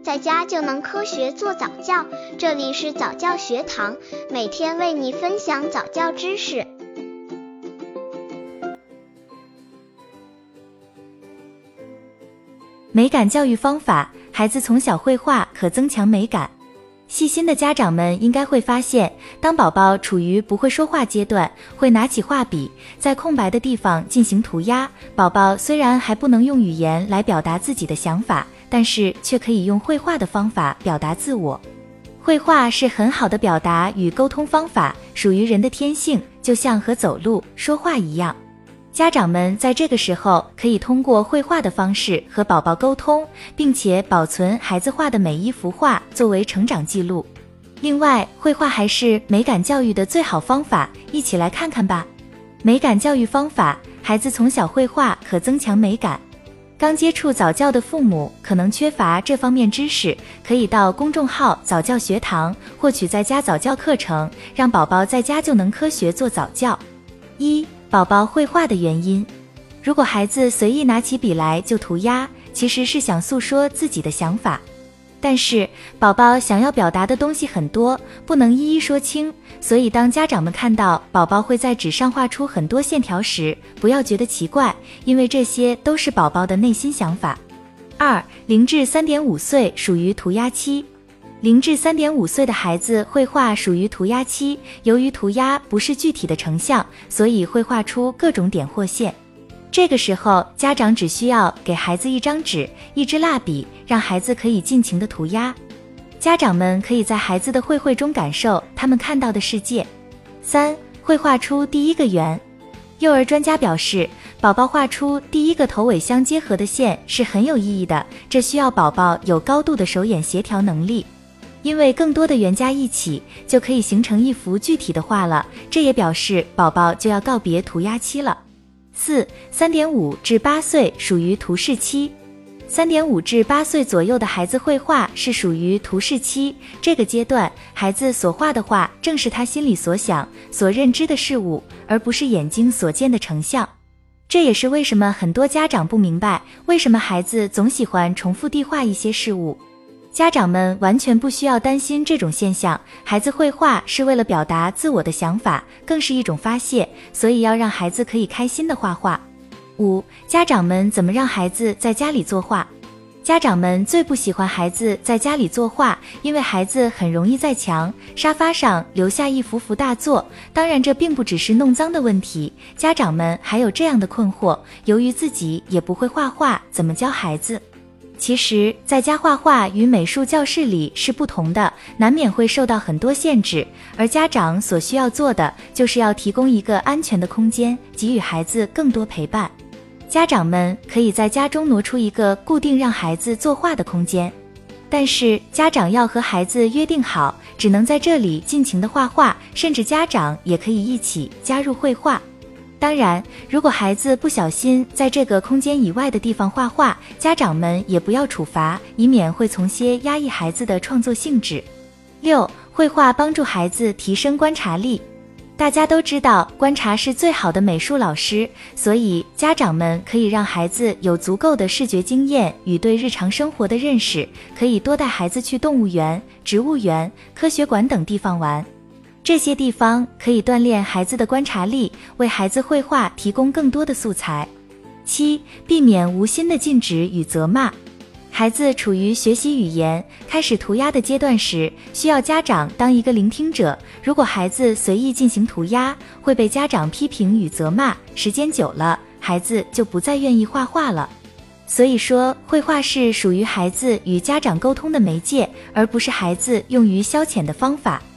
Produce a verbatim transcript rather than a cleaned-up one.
在家就能科学做早教。这里是早教学堂，每天为你分享早教知识。 美感教育方法，孩子从小绘画可增强美感。细心的家长们应该会发现，当宝宝处于不会说话阶段，会拿起画笔，在空白的地方进行涂鸦。宝宝虽然还不能用语言来表达自己的想法，但是却可以用绘画的方法表达自我。绘画是很好的表达与沟通方法，属于人的天性，就像和走路、说话一样。家长们在这个时候可以通过绘画的方式和宝宝沟通，并且保存孩子画的每一幅画作为成长记录。另外，绘画还是美感教育的最好方法，一起来看看吧。美感教育方法，孩子从小绘画可增强美感。刚接触早教的父母可能缺乏这方面知识，可以到公众号早教学堂获取在家早教课程，让宝宝在家就能科学做早教。一、宝宝绘画的原因。如果孩子随意拿起笔来就涂鸦，其实是想诉说自己的想法。但是宝宝想要表达的东西很多，不能一一说清，所以当家长们看到宝宝会在纸上画出很多线条时，不要觉得奇怪，因为这些都是宝宝的内心想法。二、零至三点五岁属于涂鸦期。零至三点五岁的孩子绘画属于涂鸦期，由于涂鸦不是具体的成像，所以会画出各种点或线。这个时候，家长只需要给孩子一张纸、一支蜡笔，让孩子可以尽情的涂鸦。家长们可以在孩子的绘绘中感受他们看到的世界。三、绘画出第一个圆。幼儿专家表示，宝宝画出第一个头尾相结合的线是很有意义的，这需要宝宝有高度的手眼协调能力。因为更多的圆加一起，就可以形成一幅具体的画了，这也表示宝宝就要告别涂鸦期了。四、三点五至八岁属于图示期。三点五至八岁左右的孩子绘画是属于图示期，这个阶段，孩子所画的画正是他心里所想、所认知的事物，而不是眼睛所见的成像。这也是为什么很多家长不明白，为什么孩子总喜欢重复地画一些事物。家长们完全不需要担心这种现象，孩子绘画是为了表达自我的想法，更是一种发泄，所以要让孩子可以开心的画画。五、家长们怎么让孩子在家里作画？家长们最不喜欢孩子在家里作画，因为孩子很容易在墙、沙发上留下一幅幅大作。当然，这并不只是弄脏的问题，家长们还有这样的困惑，由于自己也不会画画，怎么教孩子？其实在家画画与美术教室里是不同的，难免会受到很多限制，而家长所需要做的就是要提供一个安全的空间，给予孩子更多陪伴。家长们可以在家中挪出一个固定让孩子作画的空间，但是家长要和孩子约定好，只能在这里尽情的画画，甚至家长也可以一起加入绘画。当然，如果孩子不小心在这个空间以外的地方画画，家长们也不要处罚，以免会从些压抑孩子的创作兴致。六、绘画帮助孩子提升观察力。大家都知道，观察是最好的美术老师，所以家长们可以让孩子有足够的视觉经验与对日常生活的认识，可以多带孩子去动物园、植物园、科学馆等地方玩。这些地方可以锻炼孩子的观察力，为孩子绘画提供更多的素材。七、避免无心的禁止与责骂。孩子处于学习语言、开始涂鸦的阶段时，需要家长当一个聆听者。如果孩子随意进行涂鸦，会被家长批评与责骂，时间久了，孩子就不再愿意画画了。所以说，绘画是属于孩子与家长沟通的媒介，而不是孩子用于消遣的方法。